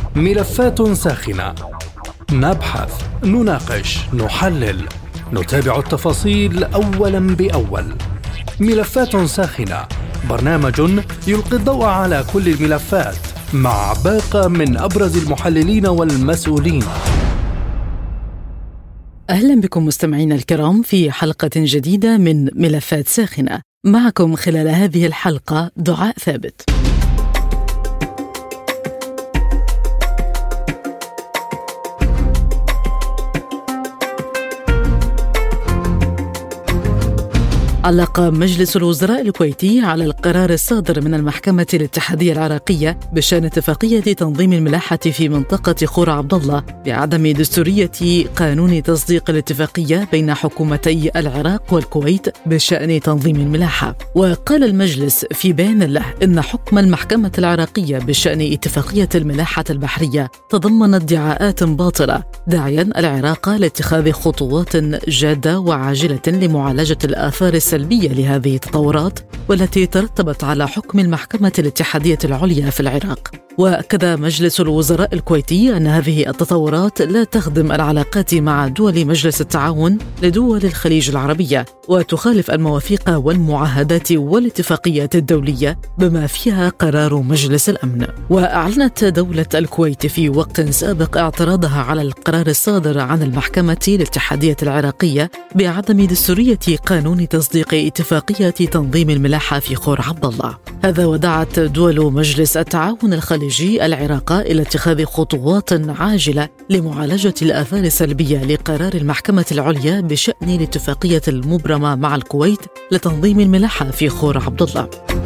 ملفات ساخنة، نبحث، نناقش، نحلل، نتابع التفاصيل أولا بأول. ملفات ساخنة، برنامج يلقي الضوء على كل الملفات مع باقة من أبرز المحللين والمسؤولين. أهلا بكم مستمعينا الكرام في حلقة جديدة من ملفات ساخنة. معكم خلال هذه الحلقة دعاء ثابت. علق مجلس الوزراء الكويتي على القرار الصادر من المحكمة الاتحادية العراقية بشأن اتفاقية تنظيم الملاحة في منطقة خور عبد الله بعدم دستورية قانون تصديق الاتفاقية بين حكومتي العراق والكويت بشأن تنظيم الملاحة. وقال المجلس في بيان له إن حكم المحكمة العراقية بشأن اتفاقية الملاحة البحرية تضمن ادعاءات باطلة، داعيا العراق لاتخاذ خطوات جادة وعاجلة لمعالجة الآثار السلبية لهذه التطورات والتي ترتبت على حكم المحكمة الاتحادية العليا في العراق. وأكد مجلس الوزراء الكويتي أن هذه التطورات لا تخدم العلاقات مع دول مجلس التعاون لدول الخليج العربية، وتخالف المواثيق والمعاهدات والاتفاقيات الدولية بما فيها قرار مجلس الأمن. وأعلنت دولة الكويت في وقت سابق اعتراضها على القرار الصادر عن المحكمة الاتحادية العراقية بعدم دستورية قانون تصديق اتفاقية تنظيم الملاحة في خور عبد الله. هذا ودعت دول مجلس التعاون الخليجي العراق إلى اتخاذ خطوات عاجلة لمعالجة الآثار السلبية لقرار المحكمة العليا بشأن الاتفاقية المبرمة مع الكويت لتنظيم الملاحة في خور عبد الله.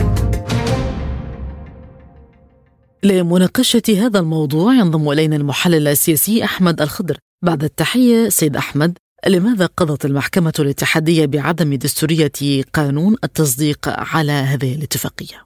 لمناقشة هذا الموضوع ينضم إلينا المحلل السياسي أحمد الخضر. بعد التحية سيد أحمد، لماذا قضت المحكمة الاتحادية بعدم دستورية قانون التصديق على هذه الاتفاقية؟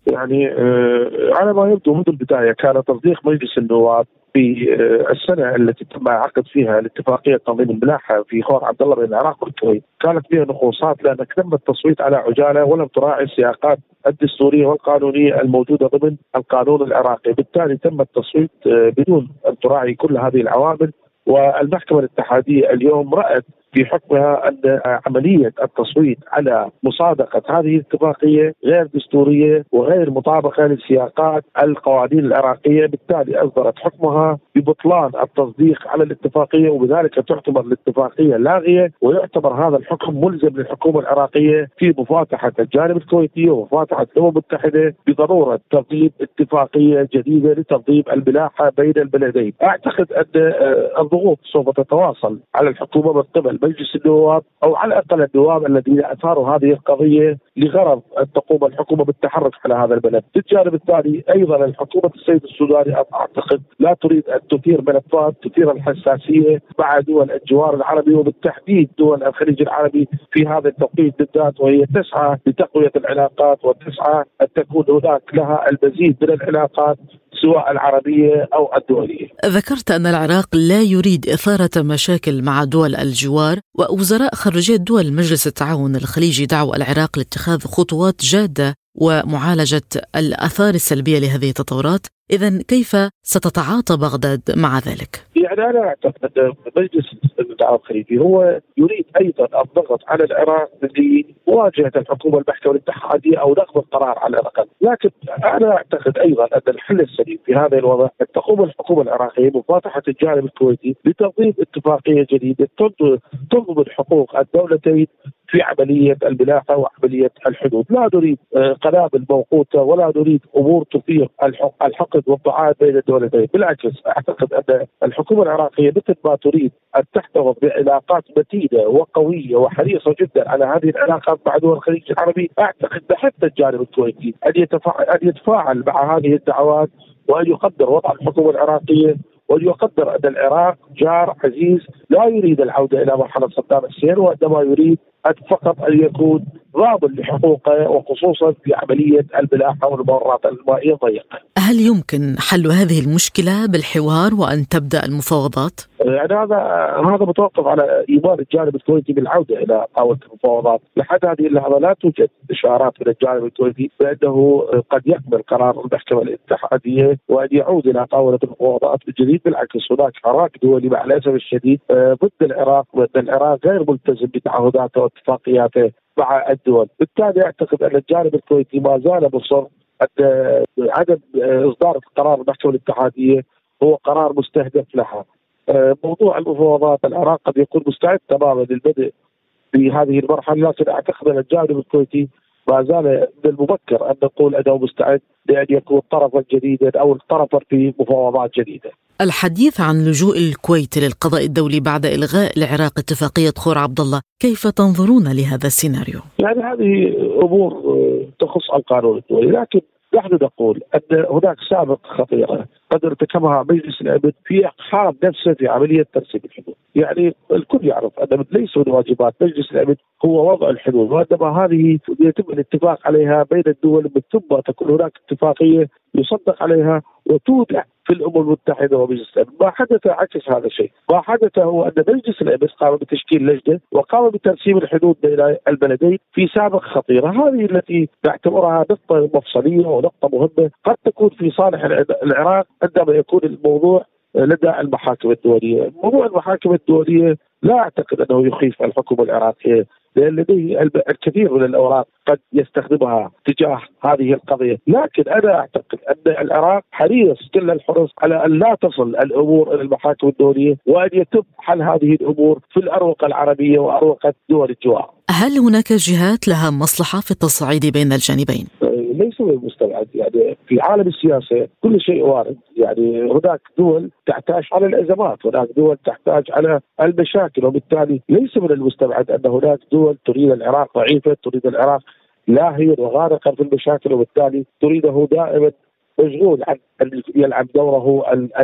على ما يبدو منذ البداية كان تصديق مجلس النواب في السنة التي تم عقد فيها الاتفاقية تنظيم الملاحة في خور عبد الله بين العراق والكويت كانت فيها نقوصات، لأنك تم التصويت على عجالة ولم تراعي السياقات الدستورية والقانونية الموجودة ضمن القانون العراقي، بالتالي تم التصويت بدون أن تراعي كل هذه العوامل. والمحكمة الاتحادية اليوم رأت في حكمها أن عملية التصويت على مصادقة هذه الاتفاقية غير دستورية وغير مطابقة لسياقات القوانين العراقية، بالتالي أصدرت حكمها ببطلان التصديق على الاتفاقية، وبذلك تعتبر الاتفاقية لاغية، ويعتبر هذا الحكم ملزم للحكومة العراقية في مفاتحة الجانب الكويتي ومفاتحة الأمم المتحدة بضرورة تنظيم اتفاقية جديدة لتنظيم الملاحة بين البلدين. أعتقد أن الضغوط سوف تتواصل على الحكومة من قبل مجلس النواب أو على الأقل النواب الذين أثاروا هذه القضية لغرض أن تقوم الحكومة بالتحرك على هذا البلد. بالجانب الثاني أيضا الحكومة السيد السوداني أعتقد لا تريد أن تثير ملفات تثير الحساسية مع دول الجوار العربي وبالتحديد دول الخليج العربي في هذا التوقيت بالذات، وهي تسعى لتقوية العلاقات وتسعى أن تكون هناك لها المزيد من العلاقات سواء العربية أو الدولية. ذكرت أن العراق لا يريد إثارة مشاكل مع دول الجوار، ووزراء خارجية دول مجلس التعاون الخليجي دعوا العراق لاتخاذ خطوات جادة ومعالجة الآثار السلبية لهذه التطورات. إذن كيف ستتعاطى بغداد مع ذلك؟ أنا أعتقد أن مجلس التعاون الخليجي هو يريد أيضا الضغط على العراق لمواجهة الحكومة المحكمة الاتحادية أو نقض القرار على الأقل، لكن أنا أعتقد أيضا أن الحل السليم في هذا الوضع أن تقوم الحكومة العراقية بمفاتحة الجانب الكويتي لتنظيم اتفاقية جديدة تضمن حقوق الدولتين في عملية الملاحة وعملية الحدود. لا نريد قنابل موقوتة ولا نريد أمور تثير الحقد والضعاف بين الدولتين، بالعكس أعتقد أن الحكومة العراقية مثل ما تريد أن تحتفظ بعلاقات متينة وقوية وحريصة جدا على هذه العلاقات مع دول الخليج العربي، أعتقد بحث الجانب الكويتي أن يتفاعل مع هذه الدعوات وأن يقدر وضع الحكومة العراقية وأن يقدر أن العراق جار عزيز لا يريد العودة إلى مرحلة صدام حسين، وإنما يريد فقط أن يكون ضامن لحقوقه وخصوصا في عملية الملاحة والممرات المائية الضيقة. هل يمكن حل هذه المشكلة بالحوار وأن تبدأ المفاوضات؟ يعني هذا متوقف على ايمان الجانب الكويتي بالعوده الى طاوله المفاوضات. لحد هذه اللحظه لا توجد اشارات من الجانب الكويتي بانه قد يقبل قرار المحكمه الاتحاديه وان يعود الى طاوله المفاوضات من جديد. بالعكس هناك حراك دولي مع الاسف الشديد ضد العراق، وان العراق غير ملتزم بتعهداته واتفاقياته مع الدول. بالتالي اعتقد ان الجانب الكويتي ما زال مصر عدم اصدار قرار المحكمه الاتحاديه هو قرار مستهدف لها. موضوع المفاوضات العراق قد يكون مستعد تماما للبدء في هذه المرحله، لكن اعتقد ان الجانب الكويتي ما زال من المبكر ان نقول انه مستعد لان يكون طرفا جديدا او طرفا في مفاوضات جديده. الحديث عن لجوء الكويت للقضاء الدولي بعد الغاء العراق اتفاقيه خور عبد الله، كيف تنظرون لهذا السيناريو؟ يعني هذه امور تخص القانون الدولي، لكن نحن نقول ان هناك سابق خطيره قد ارتكبها مجلس الامن في اقحام نفسه في عمليه ترسيم الحدود. يعني الكل يعرف ان ليس من واجبات مجلس الامن هو وضع الحدود، وانما هذه يتم الاتفاق عليها بين الدول، من ثم تكون هناك اتفاقيه يصدق عليها وتودع في الامم المتحده ومجلس الامن. ما حدث عكس هذا الشيء، ما حدث هو ان مجلس الامن قام بتشكيل لجنه وقام بترسيم الحدود بين البلدين في سابق خطيره. هذه التي نعتبرها نقطه مفصليه ونقطه مهمه قد تكون في صالح العراق عندما يكون الموضوع لدى المحاكم الدوليه. موضوع المحاكم الدوليه لا اعتقد انه يخيف الحكومه العراقيه، لأن لديه الكثير من الأوراق قد يستخدمها تجاه هذه القضية. لكن أنا أعتقد أن العراق حريص كل الحرص على أن لا تصل الأمور إلى المحاكم الدولية، وأن يتم حل هذه الأمور في الأروقة العربية وأروقة دول الجوار. هل هناك جهات لها مصلحة في التصعيد بين الجانبين؟ ليس من المستبعد، يعني في عالم السياسة كل شيء وارد. يعني هناك دول تحتاج على الأزمات، هناك دول تحتاج على المشاكل، وبالتالي ليس من المستبعد أن هناك دول تريد العراق ضعيفة، تريد العراق لاهيا وغارقا في المشاكل، وبالتالي تريده دائما مشغول عن أن يلعب دوره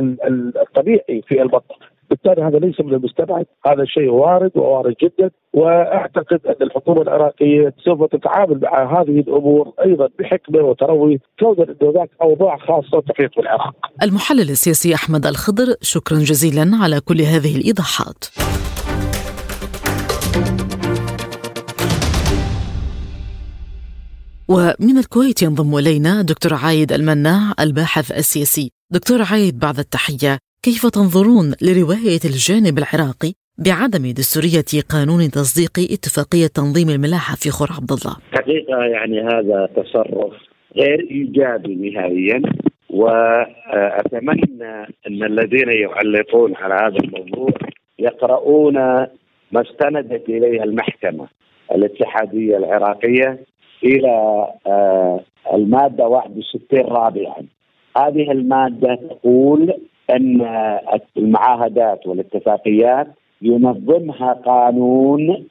الطبيعي في المنطقة. بالتالي هذا ليس من المستبعد، هذا شيء وارد ووارد جدا، واعتقد ان الحكومه العراقيه سوف تتعامل مع هذه الامور ايضا بحكمه وتروي، كونها ان هناك اوضاع خاصه تحيط بالعراق. المحلل السياسي احمد الخضر، شكرا جزيلا على كل هذه الايضاحات. ومن الكويت ينضم الينا دكتور عايد المناع الباحث السياسي. دكتور عايد، بعد التحيه، كيف تنظرون لرواية الجانب العراقي بعدم دستورية قانون تصديق اتفاقية تنظيم الملاحة في خور عبد الله؟ حقيقة يعني هذا تصرف غير إيجابي نهائيا، وأتمنى أن الذين يعلقون على هذا الموضوع يقرؤون ما استندت إليه المحكمة الاتحادية العراقية إلى المادة 61 رابعا. هذه المادة تقول أن المعاهدات والاتفاقيات ينظمها قانون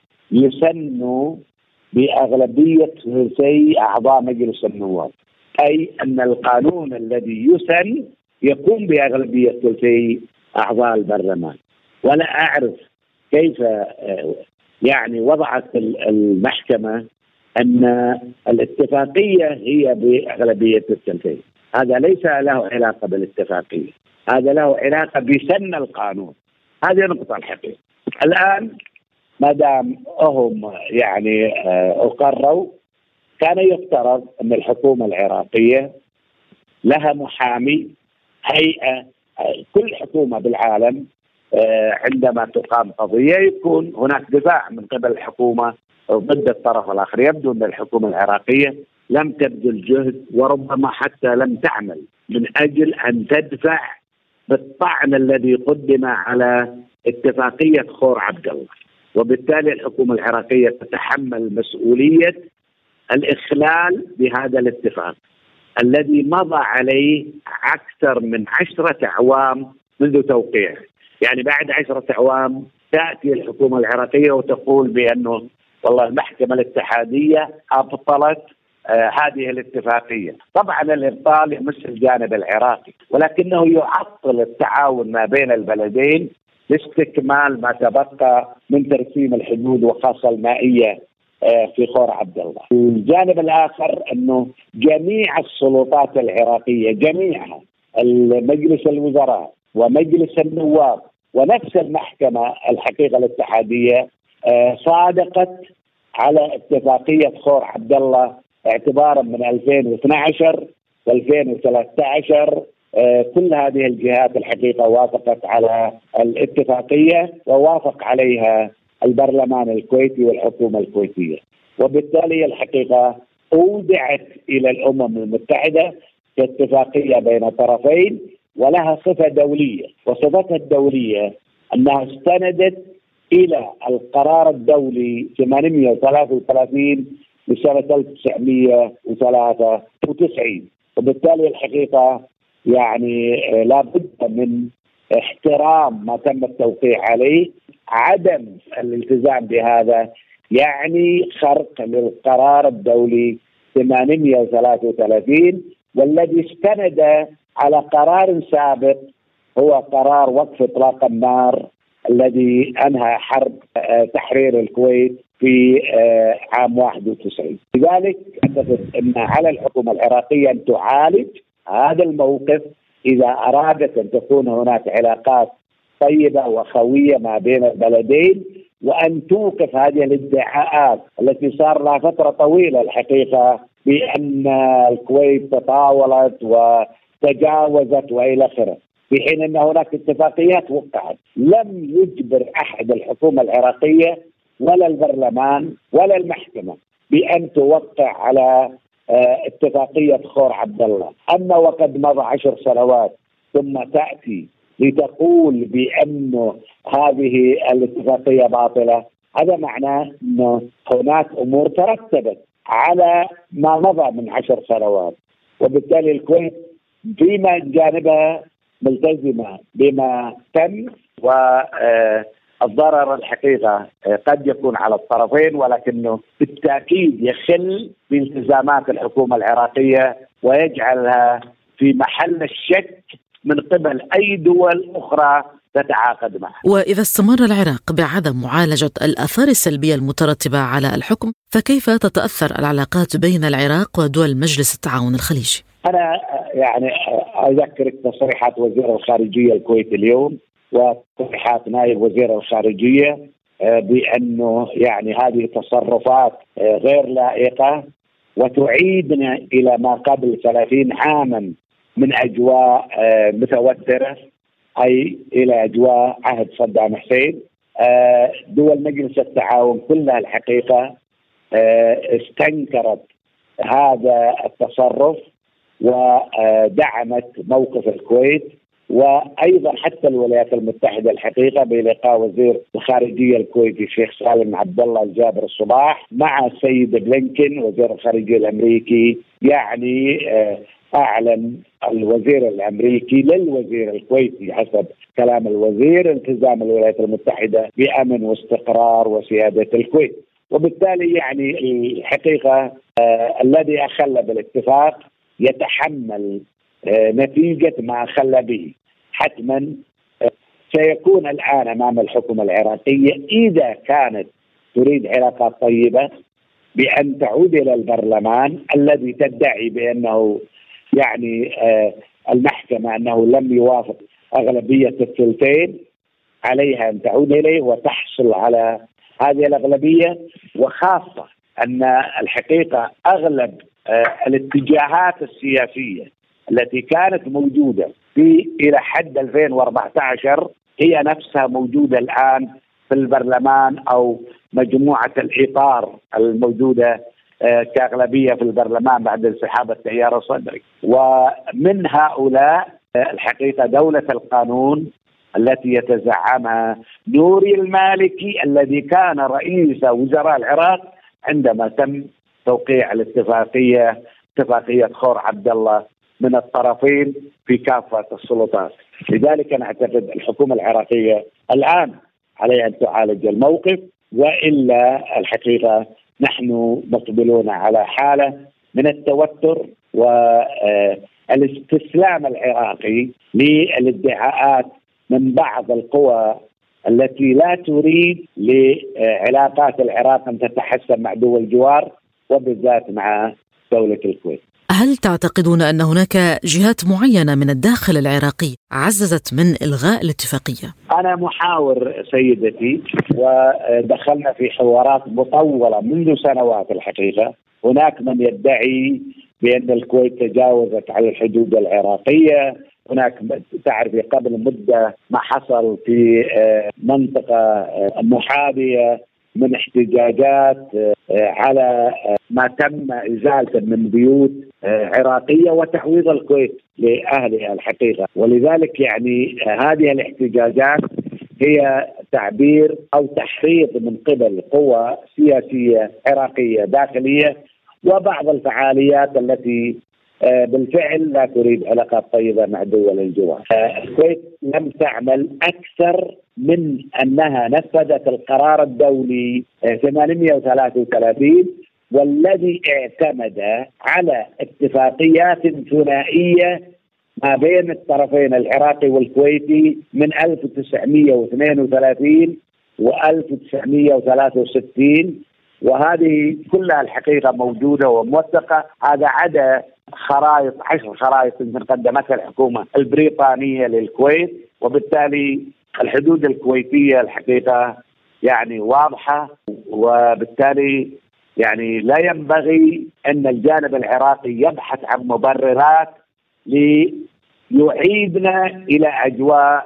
يسن بأغلبية ثلثي أعضاء مجلس النواب، أي أن القانون الذي يسن يقوم بأغلبية ثلثي أعضاء البرلمان. ولا أعرف كيف يعني وضعت المحكمة أن الاتفاقية هي بأغلبية الثلثين. هذا ليس له علاقة بالاتفاقية، هذا له علاقة بسن القانون. هذه نقطة الحقيقة. الآن ما دام هم يعني أقروا، كان يفترض أن الحكومة العراقية لها محامي. هيئة كل حكومة بالعالم عندما تقام قضية يكون هناك دفاع من قبل الحكومة ضد الطرف الآخر. يبدو أن الحكومة العراقية لم تبذل جهد، وربما حتى لم تعمل من أجل أن تدفع بالطعن الذي قدم على اتفاقية خور عبد الله، وبالتالي الحكومة العراقية تتحمل مسؤولية الإخلال بهذا الاتفاق الذي مضى عليه أكثر من 10 أعوام منذ توقيعه. يعني بعد 10 أعوام تأتي الحكومة العراقية وتقول بأنه والله المحكمة الاتحادية أبطلت هذه الاتفاقية. طبعا الإبطال يمس الجانب العراقي، ولكنه يعطل التعاون ما بين البلدين لاستكمال ما تبقى من ترسيم الحدود وخاصة المائية في خور عبد الله. الجانب الآخر أنه جميع السلطات العراقية جميعها، مجلس الوزراء ومجلس النواب ونفس المحكمة الحقيقة الاتحادية صادقت على اتفاقية خور عبد الله اعتبارا من 2012 و2013. كل هذه الجهات الحقيقة وافقت على الاتفاقية، ووافق عليها البرلمان الكويتي والحكومة الكويتية، وبالتالي الحقيقة أودعت إلى الأمم المتحدة كاتفاقية بين طرفين ولها صفة دولية، وصفتها الدولية أنها استندت إلى القرار الدولي 833 لسنة 1993. وبالتالي الحقيقة يعني لابد من احترام ما تم التوقيع عليه. عدم الالتزام بهذا يعني خرق للقرار الدولي 833، والذي استند على قرار سابق هو قرار وقف إطلاق النار الذي أنهى حرب تحرير الكويت في عام 91. لذلك أعتقد أن على الحكومة العراقية أن تعالج هذا الموقف إذا أرادت أن تكون هناك علاقات طيبة وخوية ما بين البلدين، وأن توقف هذه الادعاءات التي صار لها فترة طويلة الحقيقة بأن الكويت تطاولت وتجاوزت وإلى آخره، في حين أن هناك اتفاقيات وقعت. لم يجبر أحد الحكومة العراقية ولا البرلمان ولا المحكمة بأن توقع على اتفاقية خور عبد الله. أما وقد مضى 10 سنوات ثم تأتي لتقول بأن هذه الاتفاقية باطلة، هذا معناه أن هناك أمور ترتبت على ما مضى من 10 سنوات، وبالتالي الكويت فيما جانبها ملتزمة بما تم، والضرر الحقيقة قد يكون على الطرفين، ولكنه بالتأكيد يخل بالتزامات الحكومة العراقية ويجعلها في محل الشك من قبل أي دول أخرى تتعاقد معها. وإذا استمر العراق بعدم معالجة الآثار السلبية المترتبة على الحكم، فكيف تتأثر العلاقات بين العراق ودول مجلس التعاون الخليجي؟ أنا يعني أذكرك تصريحات وزير الخارجية الكويت اليوم وتصريحات نائب وزير الخارجية بأنه يعني هذه تصرفات غير لائقة وتعيدنا إلى ما قبل 30 عاما من أجواء متوترة، أي إلى أجواء عهد صدام حسين. دول مجلس التعاون كلها الحقيقة استنكرت هذا التصرف ودعمت موقف الكويت، وأيضا حتى الولايات المتحدة الحقيقة بلقاء وزير الخارجية الكويتي الشيخ سالم عبد الله الجابر الصباح مع السيد بلينكن وزير الخارجية الأمريكي، يعني أعلن الوزير الأمريكي للوزير الكويتي حسب كلام الوزير التزام الولايات المتحدة بأمن واستقرار وسيادة الكويت. وبالتالي يعني الحقيقة الذي أخل بالاتفاق يتحمل نتيجة ما أخل به. حتما سيكون الآن أمام الحكومة العراقية إذا كانت تريد علاقات طيبة بأن تعود إلى البرلمان الذي تدعي بأنه يعني المحكمة أنه لم يوافق أغلبية الثلثين، عليها أن تعود إليه وتحصل على هذه الأغلبية، وخاصة أن الحقيقة أغلب الاتجاهات السياسية التي كانت موجودة إلى حد 2014 هي نفسها موجودة الآن في البرلمان أو مجموعة الإطار الموجودة كأغلبية في البرلمان بعد انسحاب التيار الصدري. ومن هؤلاء الحقيقة دولة القانون التي يتزعمها نوري المالكي الذي كان رئيس وزراء العراق عندما تم توقيع اتفاقية خور عبد الله من الطرفين في كافة السلطات. لذلك أنا أعتقد الحكومة العراقية الآن عليها أن تعالج الموقف، وإلا الحقيقة نحن مقبلون على حالة من التوتر والاستسلام العراقي للادعاءات من بعض القوى التي لا تريد لعلاقات العراق أن تتحسن مع دول الجوار وبالذات مع دولة الكويت. هل تعتقدون أن هناك جهات معينة من الداخل العراقي عززت من إلغاء الاتفاقية؟ أنا محاور سيدتي، ودخلنا في حوارات مطولة منذ سنوات الحقيقة. هناك من يدعي بأن الكويت تجاوزت على الحدود العراقية. هناك تعرفي قبل مدة ما حصل في منطقة محاذية من احتجاجات على ما تم إزالته من بيوت عراقية وتحويض الكويت لأهلها الحقيقة. ولذلك يعني هذه الاحتجاجات هي تعبير أو تحريض من قبل قوى سياسية عراقية داخلية وبعض الفعاليات التي بالفعل لا تريد علاقات طيبة مع دول الجوار. الكويت لم تعمل أكثر من أنها نفذت القرار الدولي 833 والذي اعتمد على اتفاقيات ثنائية ما بين الطرفين العراقي والكويتي من 1932 و1963، وهذه كلها الحقيقة موجودة وموثقة. هذا عدا خرائط 10 خرائط قدمتها الحكومة البريطانية للكويت، وبالتالي الحدود الكويتية الحقيقة يعني واضحة، وبالتالي يعني لا ينبغي أن الجانب العراقي يبحث عن مبررات ليعيدنا إلى أجواء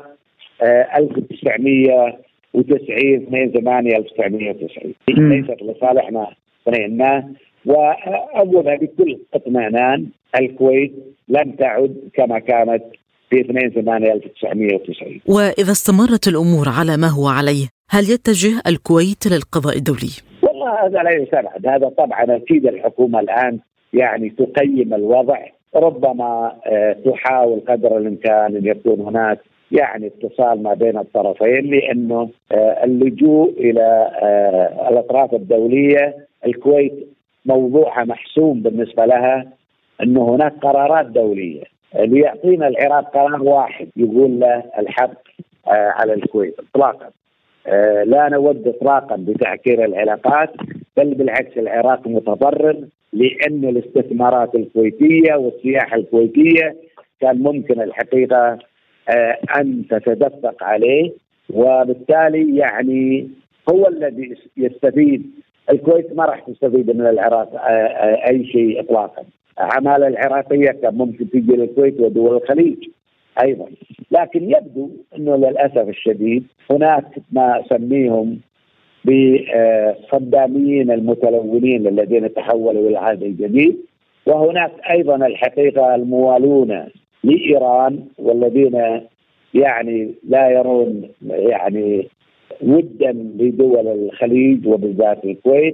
1990 1990 ليست لصالحنا اثنين. وأولا بكل اطمئنان الكويت لم تعد كما كانت في 2/8/1990. وإذا استمرت الأمور على ما هو عليه هل يتجه الكويت للقضاء الدولي؟ والله هذا لا يستبعد. هذا طبعا أكيد الحكومة الآن يعني تقيم الوضع، ربما تحاول قدر الإمكان أن يكون هناك يعني اتصال ما بين الطرفين، لأنه اللجوء إلى الأطراف الدولية الكويت موضوعها محسوم بالنسبة لها، أنه هناك قرارات دولية. ليعطينا العراق قرار واحد يقول له الحق على الكويت إطلاقا. لا نود إطلاقا بتعكير العلاقات، بل بالعكس العراق متضرر، لأن الاستثمارات الكويتية والسياحة الكويتية كان ممكن الحقيقة أن تتدفق عليه، وبالتالي يعني هو الذي يستفيد. الكويت ما راح تستفيد من العراق أي شيء إطلاقا. عمالة العراقية كان ممكن تجي للكويت ودول الخليج أيضا، لكن يبدو أنه للأسف الشديد هناك ما أسميهم بالصداميين المتلونين الذين تحولوا إلى العهد الجديد، وهناك أيضا الحقيقة الموالون لإيران والذين يعني لا يرون يعني ودا لدول الخليج وبالذات الكويت.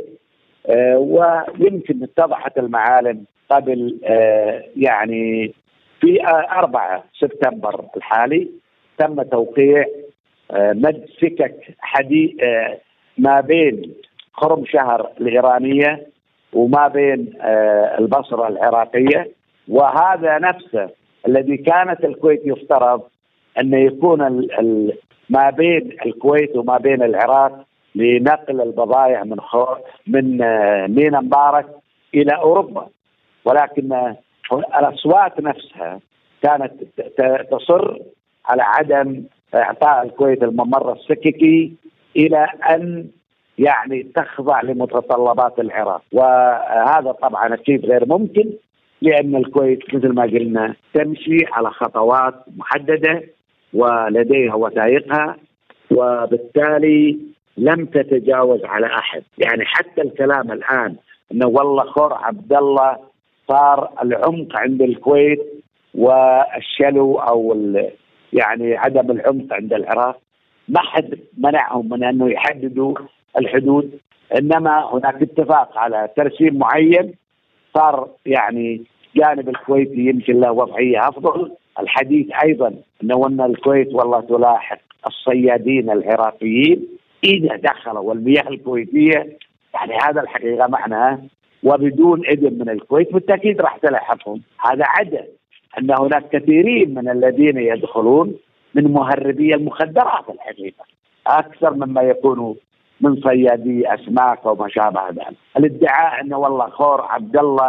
ويمكن اتضحت المعالم قبل يعني في 4 سبتمبر الحالي تم توقيع مد سكك حديد ما بين خرم شهر الإيرانية وما بين البصرة العراقية، وهذا نفسه الذي كانت الكويت يفترض أن يكون ما بين الكويت وما بين العراق لنقل البضائع من ميناء مبارك إلى أوروبا، ولكن الأصوات نفسها كانت تصر على عدم إعطاء الكويت الممر السككي إلى أن يعني تخضع لمتطلبات العراق. وهذا طبعا أكيد غير ممكن، لأن الكويت مثل ما قلنا تمشي على خطوات محددة ولديها وثائقها، وبالتالي لم تتجاوز على أحد. يعني حتى الكلام الآن أنه والله خور عبد الله صار العمق عند الكويت والشلو أو يعني عدم العمق عند العراق، ما حد منعهم من أنه يحددوا الحدود، إنما هناك اتفاق على ترسيم معين. صار يعني جانب الكويتي يمكن له وضعية أفضل. الحديث أيضا أنه أن الكويت والله تلاحق الصيادين العراقيين إذا دخلوا والمياه الكويتية، يعني هذا الحقيقة معناه وبدون إذن من الكويت بالتأكيد راح تلاحقهم. هذا عدا أن هناك كثيرين من الذين يدخلون من مهربي المخدرات الحقيقة أكثر مما يكونوا من صيادي أسماك وما شابه ذلك. الادعاء أنه والله خور عبد الله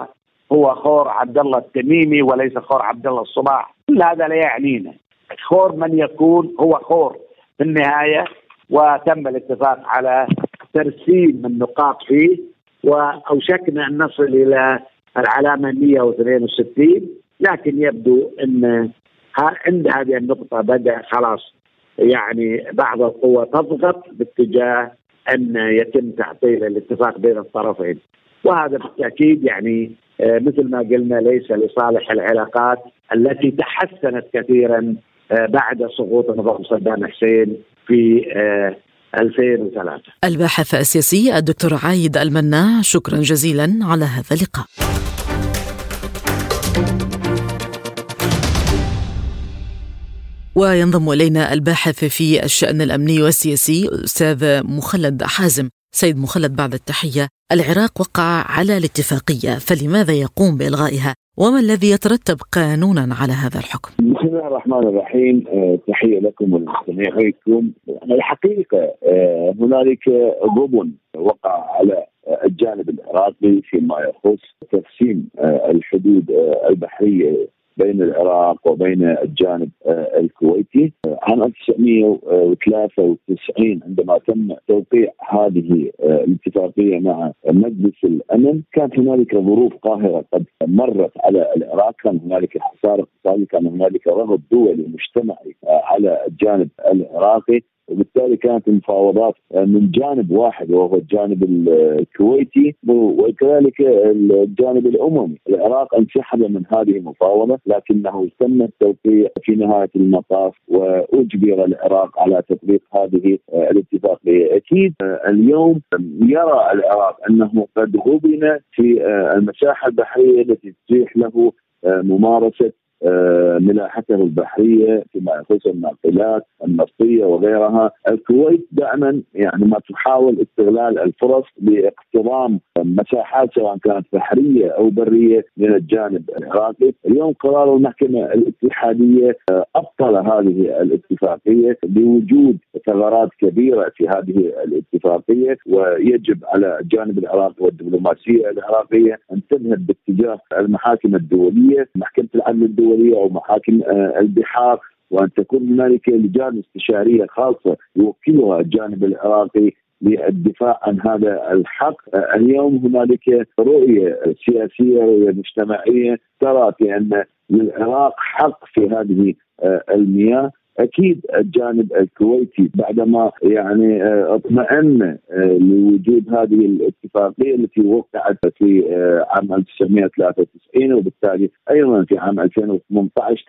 هو خور عبد الله التميمي وليس خور عبد الله الصباح. كل هذا لا يعنينا، خور من يكون هو خور في النهاية، وتم الاتفاق على ترسيم النقاط فيه، وأوشكنا أن نصل إلى العلامة 162. لكن يبدو أن عند هذه النقطة بدأ خلاص يعني بعض القوى تضغط باتجاه أن يتم تعطيل الاتفاق بين الطرفين، وهذا بالتأكيد يعني مثل ما قلنا ليس لصالح العلاقات التي تحسنت كثيرا بعد سقوط نظام صدام حسين في 2003. الباحث السياسي الدكتور عايد المناع، شكرا جزيلا على هذا اللقاء. وينضم إلينا الباحث في الشأن الأمني والسياسي أستاذ مخلد حازم. سيد مخلد، بعد التحية، العراق وقع على الاتفاقية، فلماذا يقوم بإلغائها؟ وما الذي يترتب قانونا على هذا الحكم؟ بسم الله الرحمن الرحيم. تحية لكم ولمستمعيكم. الحقيقة هنالك ضبن وقع على الجانب العراقي فيما يخص تقسيم الحدود البحرية بين العراق وبين الجانب الكويتي. عام 1993 عندما تم توقيع هذه الاتفاقية مع مجلس الأمن، كانت هنالك ظروف قاهرة قد مرت على العراق، كان هنالك حصار اقتصادي، كان هنالك رغب دولي مجتمعي على الجانب العراقي، وبالتالي كانت المفاوضات من جانب واحد وهو الجانب الكويتي وكذلك الجانب الأممي. العراق انسحب من هذه المفاوضة، لكنه تم التوقيع في نهاية المطاف وأجبر العراق على تطبيق هذه الاتفاقية. أكيد اليوم يرى العراق أنه قد غبن في المساحة البحرية التي تتيح له ممارسة ملاحته البحرية فيما يخص الناقلات النفطية وغيرها. الكويت دائما يعني ما تحاول استغلال الفرص لاقترام مساحات سواء كانت بحرية أو برية من الجانب العراقي. اليوم قرار المحكمة الاتحادية أبطل هذه الاتفاقية بوجود ثغرات كبيرة في هذه الاتفاقية، ويجب على الجانب العراقي والدبلوماسية العراقية أن تذهب باتجاه المحاكم الدولية، محكمة العدل الدولية أو محاكم البحار، وأن تكون هنالك لجان استشارية خاصة يوكلها الجانب العراقي للدفاع عن هذا الحق. اليوم هنالك رؤية سياسية ومجتمعية ترى بأن للعراق حق في هذه المياه. أكيد الجانب الكويتي بعدما يعني اطمئن لوجود هذه الاتفاقية التي وقعت في عام 1993 وبالتالي أيضا في عام 2012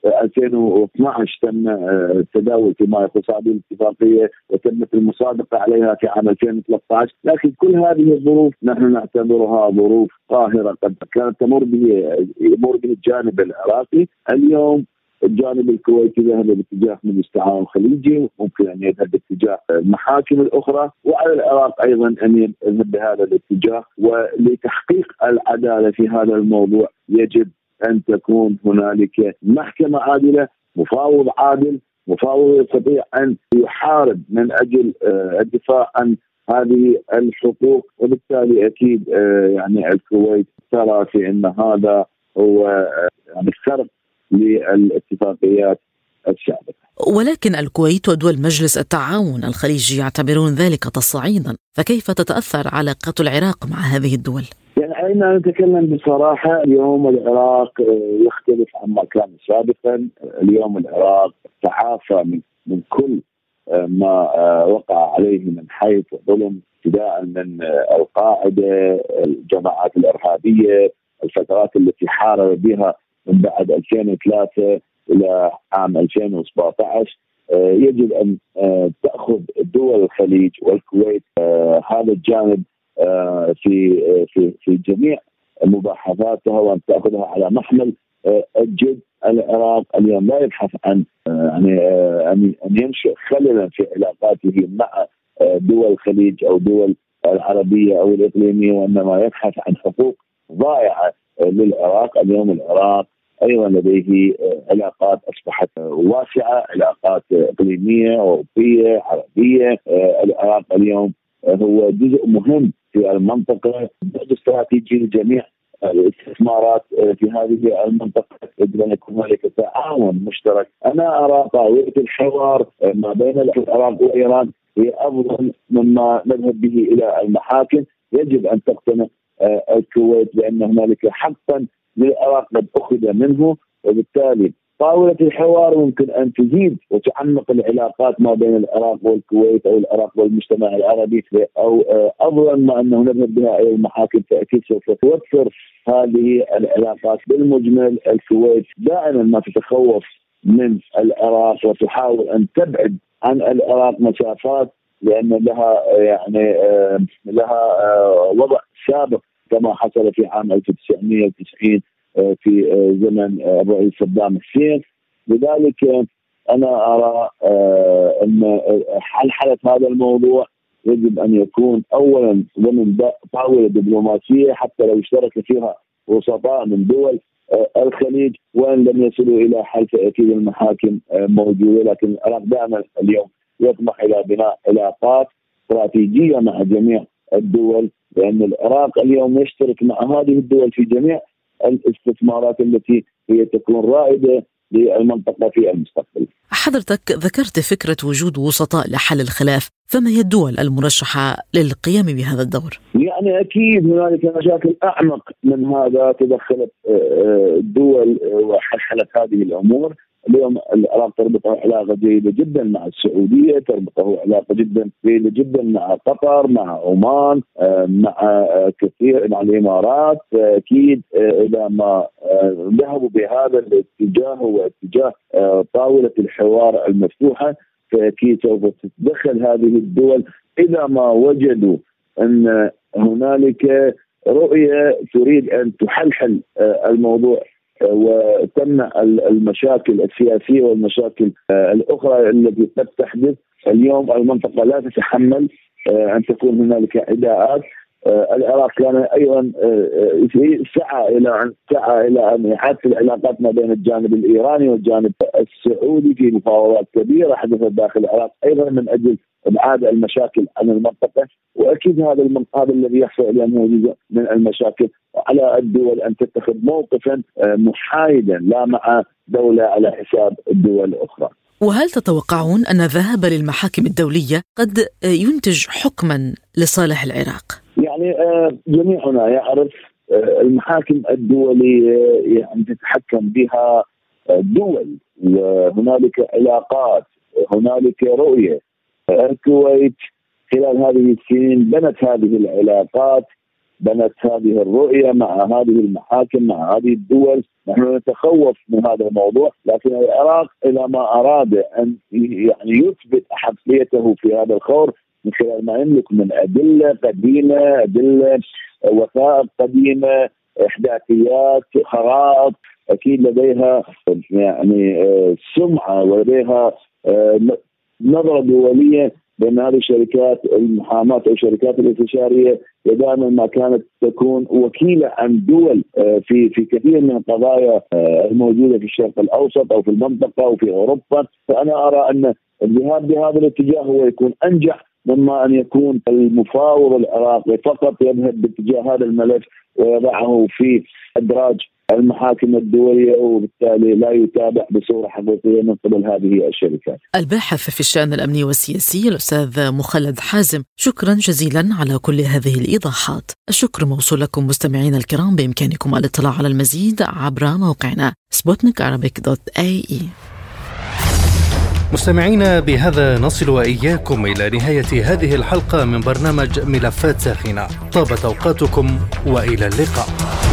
تم التداول فيما يخص هذه الاتفاقية وتمت المصادقة عليها في عام 2013. لكن كل هذه الظروف نحن نعتبرها ظروف قاهرة قد كانت تمر به الجانب العراقي. اليوم الجانب الكويتي ذهب باتجاه مجلس التعاون الخليجي، ممكن أن يذهب باتجاه المحاكم الأخرى، وعلى العراق أيضا أن يذهب بهذا الاتجاه. ولتحقيق العدالة في هذا الموضوع يجب أن تكون هنالك محكمة عادلة، مفاوض عادل، مفاوض يستطيع أن يحارب من أجل الدفاع عن هذه الحقوق. وبالتالي أكيد يعني الكويت ترى في أن هذا هو يعني خرق للاتفاقيات السابقة. ولكن الكويت ودول مجلس التعاون الخليجي يعتبرون ذلك تصعيدا، فكيف تتأثر علاقات العراق مع هذه الدول؟ يعني أنا نتكلم بصراحة، اليوم العراق يختلف عما كان سابقا. اليوم العراق تعافى من كل ما وقع عليه من حيث ظلم، ابتداء من القاعدة، الجماعات الإرهابية، الفترات التي حارب بها من بعد 2003 إلى عام 2017. يجب أن تأخذ دول الخليج والكويت هذا الجانب في جميع مباحثاتها، وأن تأخذها على محمل الجد. العراق اليوم لا يبحث عن يعني أن ينشئ خللا في علاقاته مع دول الخليج أو دول العربية أو الإقليمية، وإنما يبحث عن حقوق ضائعة للعراق. اليوم العراق أيضا لديه علاقات أصبحت واسعة، علاقات إقليمية أوروبية عربية. العراق اليوم هو جزء مهم في المنطقة، بعد استراتيجي لجميع الاستثمارات في هذه المنطقة يجب أن يكون هناك تعاون مشترك. أنا أرى طاولة الحوار ما بين العراق وإيران هي أفضل مما نذهب به إلى المحاكم. يجب أن تقتنع الكويت بأن هنالك حقا للعراق قد أخذ منه، وبالتالي طاولة الحوار ممكن أن تزيد وتعمق العلاقات ما بين العراق والكويت أو العراق والمجتمع العربي، أو أفضل ما أنه نذهب بها إلى المحاكم تأكيد سوف توفر هذه العلاقات. بالمجمل الكويت دائما ما تتخوف من العراق وتحاول أن تبعد عن العراق مسافات، لأن لها وضع سابق كما حصل في عام 1990 في زمن الرئيس صدام حسين. لذلك أنا أرى أن حل هذا الموضوع يجب أن يكون أولا ضمن طاولة دبلوماسية، حتى لو اشترك فيها وسطاء من دول الخليج، وإن لم يصلوا إلى حل فأكيد المحاكم موجودة. لكن العراق دائما اليوم يطمح إلى بناء علاقات استراتيجية مع جميع الدول، لأن العراق اليوم يشترك مع هذه الدول في جميع الاستثمارات التي هي تكون رائدة للمنطقة في المستقبل. حضرتك ذكرت فكرة وجود وسطاء لحل الخلاف، فما هي الدول المرشحة للقيام بهذا الدور؟ يعني أكيد هنالك مشاكل أعمق من هذا تدخلت الدول وحلت هذه الأمور. اليوم العراق تربطه علاقة جيدة جدا مع السعودية، تربطه علاقة جدا جيدة جدا مع قطر، مع عمان، مع كثير مع الإمارات. أكيد إذا ما ذهبوا بهذا الاتجاه واتجاه طاولة الحوار المفتوحة، فأكيد سوف تتدخل هذه الدول إذا ما وجدوا أن هنالك رؤية تريد أن تحلحل الموضوع وتمنع المشاكل السياسية والمشاكل الأخرى التي قد تحدث. اليوم المنطقة لا تتحمل أن تكون هنالك عداءات. العراق كان أيضا سعى إلى أن يحدث العلاقات ما بين الجانب الإيراني والجانب السعودي في مفاوضات كبيرة حدثت داخل العراق أيضا من أجل إبعاد المشاكل عن المنطقة. وأكيد هذا الذي يحصل اليوم هو جزء من المشاكل، وعلى الدول أن تتخذ موقفا محايدا لا مع دولة على حساب الدول الأخرى. وهل تتوقعون أن الذهاب للمحاكم الدولية قد ينتج حكما لصالح العراق؟ يعني جميعنا يعرف المحاكم الدولية يعني تتحكم بها دول، وهنالك علاقات، هنالك رؤية. الكويت خلال هذه السنين بنت هذه العلاقات، بنت هذه الرؤية مع هذه المحاكم، مع هذه الدول. نحن نتخوف من هذا الموضوع، لكن العراق إذا ما أراد أن يعني يثبت أحقيته في هذا الخور من خلال ما يملك من أدلة قديمة، أدلة وثائق قديمة، إحداثيات، خرائط، أكيد لديها يعني سمعة ولديها نظرة دولية بأن هذه الشركات المحاماة أو الشركات الاستشارية دائما ما كانت تكون وكيلة عن دول في كثير من القضايا الموجودة في الشرق الأوسط أو في المنطقة أو في أوروبا. فأنا أرى أن الذهاب بهذا الاتجاه هو يكون أنجح مما أن يكون المفاوض العراقي فقط يذهب باتجاه هذا الملف ويضعه في أدراج المحاكم الدولية، وبالتالي لا يتابع بصورة حقيقية من قبل هذه الشركات. الباحث في الشأن الأمني والسياسي الأستاذ مخلد حازم، شكرا جزيلا على كل هذه الإيضاحات. الشكر موصول لكم مستمعين الكرام، بإمكانكم الاطلاع على المزيد عبر موقعنا sputnikarabic.ae. مستمعينا، بهذا نصل وإياكم إلى نهاية هذه الحلقة من برنامج ملفات ساخنة. طابت أوقاتكم وإلى اللقاء.